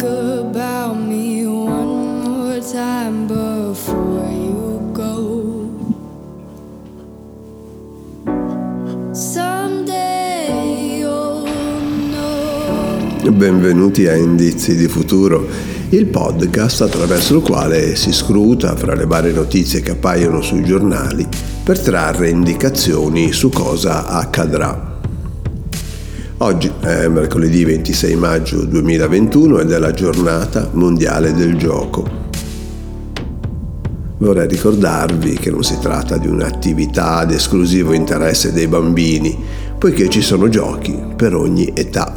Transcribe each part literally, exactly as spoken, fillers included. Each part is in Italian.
think about me one more time before you go. Someday you'll know. Benvenuti a Indizi di Futuro, il podcast attraverso il quale si scruta fra le varie notizie che appaiono sui giornali per trarre indicazioni su cosa accadrà. Oggi è mercoledì ventisei maggio duemilaventuno ed è la giornata mondiale del gioco. Vorrei ricordarvi che non si tratta di un'attività ad esclusivo interesse dei bambini, poiché ci sono giochi per ogni età.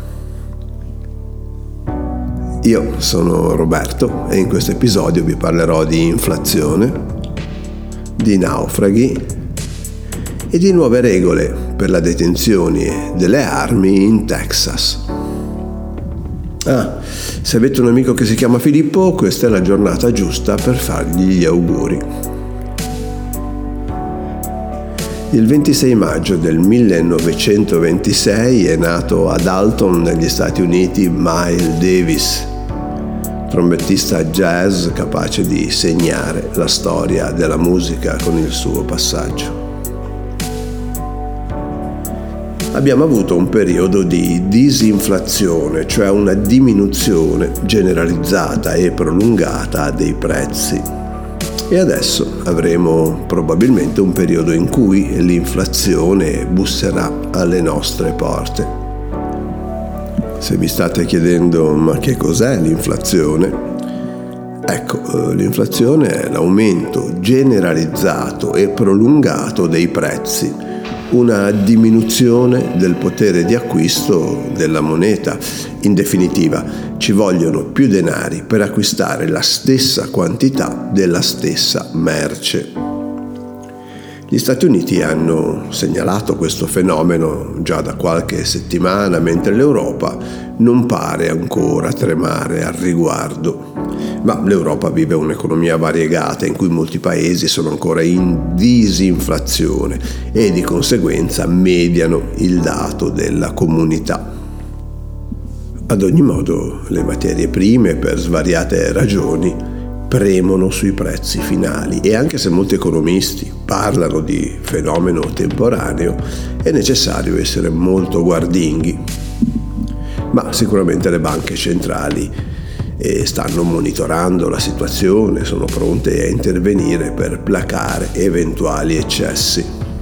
Io sono Roberto e in questo episodio vi parlerò di inflazione, di naufraghi e di nuove regole per la detenzione delle armi in Texas. Ah, se avete un amico che si chiama Filippo, questa è la giornata giusta per fargli gli auguri. Il ventisei maggio del millenovecentoventisei è nato ad Alton, negli Stati Uniti, Miles Davis, trombettista jazz capace di segnare la storia della musica con il suo passaggio. Abbiamo avuto un periodo di disinflazione, cioè una diminuzione generalizzata e prolungata dei prezzi. E adesso avremo probabilmente un periodo in cui l'inflazione busserà alle nostre porte. Se vi state chiedendo ma che cos'è l'inflazione? Ecco, l'inflazione è l'aumento generalizzato e prolungato dei prezzi, una diminuzione del potere di acquisto della moneta. In definitiva, ci vogliono più denari per acquistare la stessa quantità della stessa merce. Gli Stati Uniti hanno segnalato questo fenomeno già da qualche settimana, mentre l'Europa non pare ancora tremare al riguardo. Ma l'Europa vive un'economia variegata in cui molti paesi sono ancora in disinflazione e di conseguenza mediano il dato della comunità. Ad ogni modo, le materie prime, per svariate ragioni, premono sui prezzi finali e anche se molti economisti parlano di fenomeno temporaneo, è necessario essere molto guardinghi. Ma sicuramente le banche centrali e stanno monitorando la situazione, sono pronte a intervenire per placare eventuali eccessi.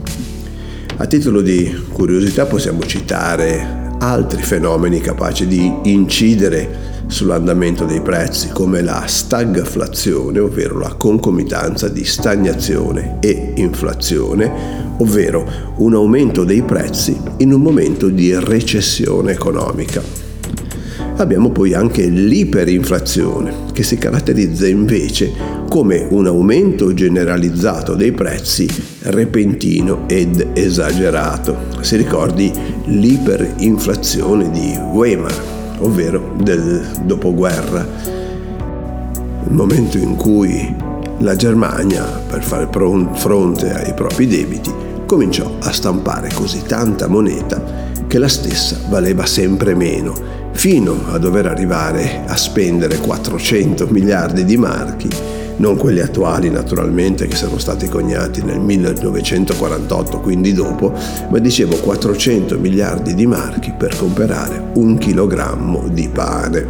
A titolo di curiosità possiamo citare altri fenomeni capaci di incidere sull'andamento dei prezzi, come la stagflazione, ovvero la concomitanza di stagnazione e inflazione, ovvero un aumento dei prezzi in un momento di recessione economica. Abbiamo poi anche l'iperinflazione, che si caratterizza invece come un aumento generalizzato dei prezzi repentino ed esagerato. Si ricordi l'iperinflazione di Weimar, ovvero del dopoguerra, il momento in cui la Germania, per fare fronte ai propri debiti, cominciò a stampare così tanta moneta che la stessa valeva sempre meno, fino a dover arrivare a spendere quattrocento miliardi di marchi, non quelli attuali naturalmente che sono stati coniati nel millenovecentoquarantotto, quindi dopo, ma dicevo quattrocento miliardi di marchi per comprare un chilogrammo di pane.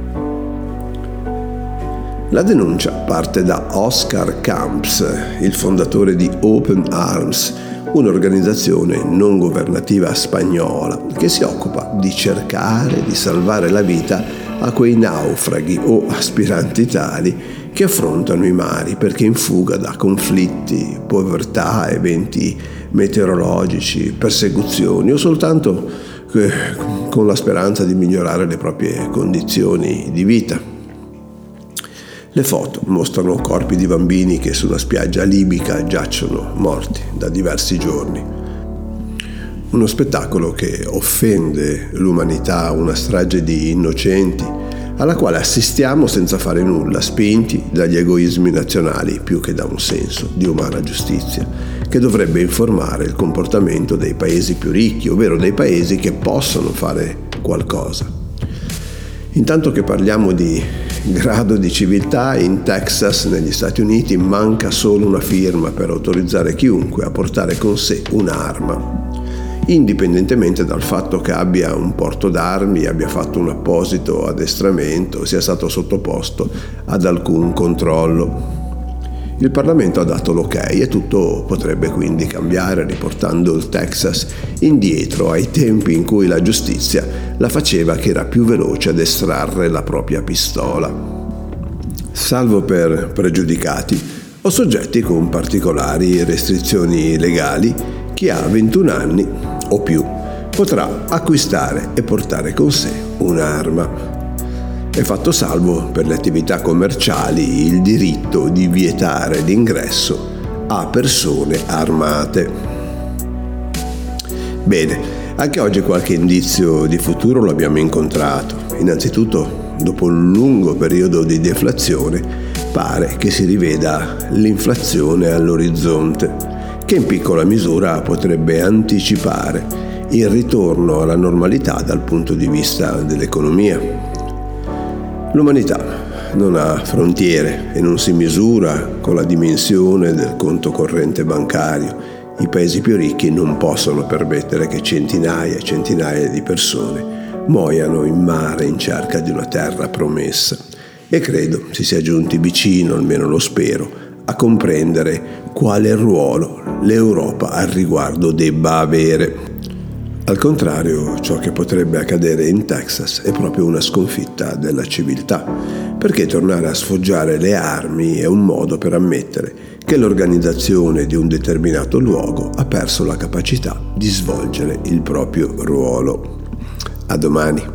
La denuncia parte da Oscar Camps, il fondatore di Open Arms, un'organizzazione non governativa spagnola che si occupa di cercare di salvare la vita a quei naufraghi o aspiranti tali che affrontano i mari perché in fuga da conflitti, povertà, eventi meteorologici, persecuzioni o soltanto con la speranza di migliorare le proprie condizioni di vita. Le foto mostrano corpi di bambini che su una spiaggia libica giacciono morti da diversi giorni. Uno spettacolo che offende l'umanità, una strage di innocenti, alla quale assistiamo senza fare nulla, spinti dagli egoismi nazionali più che da un senso di umana giustizia, che dovrebbe informare il comportamento dei paesi più ricchi, ovvero dei paesi che possono fare qualcosa. Intanto che parliamo di grado di civiltà, in Texas, negli Stati Uniti, manca solo una firma per autorizzare chiunque a portare con sé un'arma, indipendentemente dal fatto che abbia un porto d'armi, abbia fatto un apposito addestramento, sia stato sottoposto ad alcun controllo. Il Parlamento ha dato l'ok e tutto potrebbe quindi cambiare, riportando il Texas indietro ai tempi in cui la giustizia la faceva che era più veloce ad estrarre la propria pistola. Salvo per pregiudicati o soggetti con particolari restrizioni legali, chi ha ventuno anni o più potrà acquistare e portare con sé un'arma. È fatto salvo per le attività commerciali il diritto di vietare l'ingresso a persone armate. Bene, anche oggi qualche indizio di futuro lo abbiamo incontrato. Innanzitutto, dopo un lungo periodo di deflazione, pare che si riveda l'inflazione all'orizzonte, che in piccola misura potrebbe anticipare il ritorno alla normalità dal punto di vista dell'economia. L'umanità non ha frontiere e non si misura con la dimensione del conto corrente bancario. I paesi più ricchi non possono permettere che centinaia e centinaia di persone muoiano in mare in cerca di una terra promessa. E credo si sia giunti vicino, almeno lo spero, a comprendere quale ruolo l'Europa al riguardo debba avere. Al contrario, ciò che potrebbe accadere in Texas è proprio una sconfitta della civiltà, perché tornare a sfoggiare le armi è un modo per ammettere che l'organizzazione di un determinato luogo ha perso la capacità di svolgere il proprio ruolo. A domani.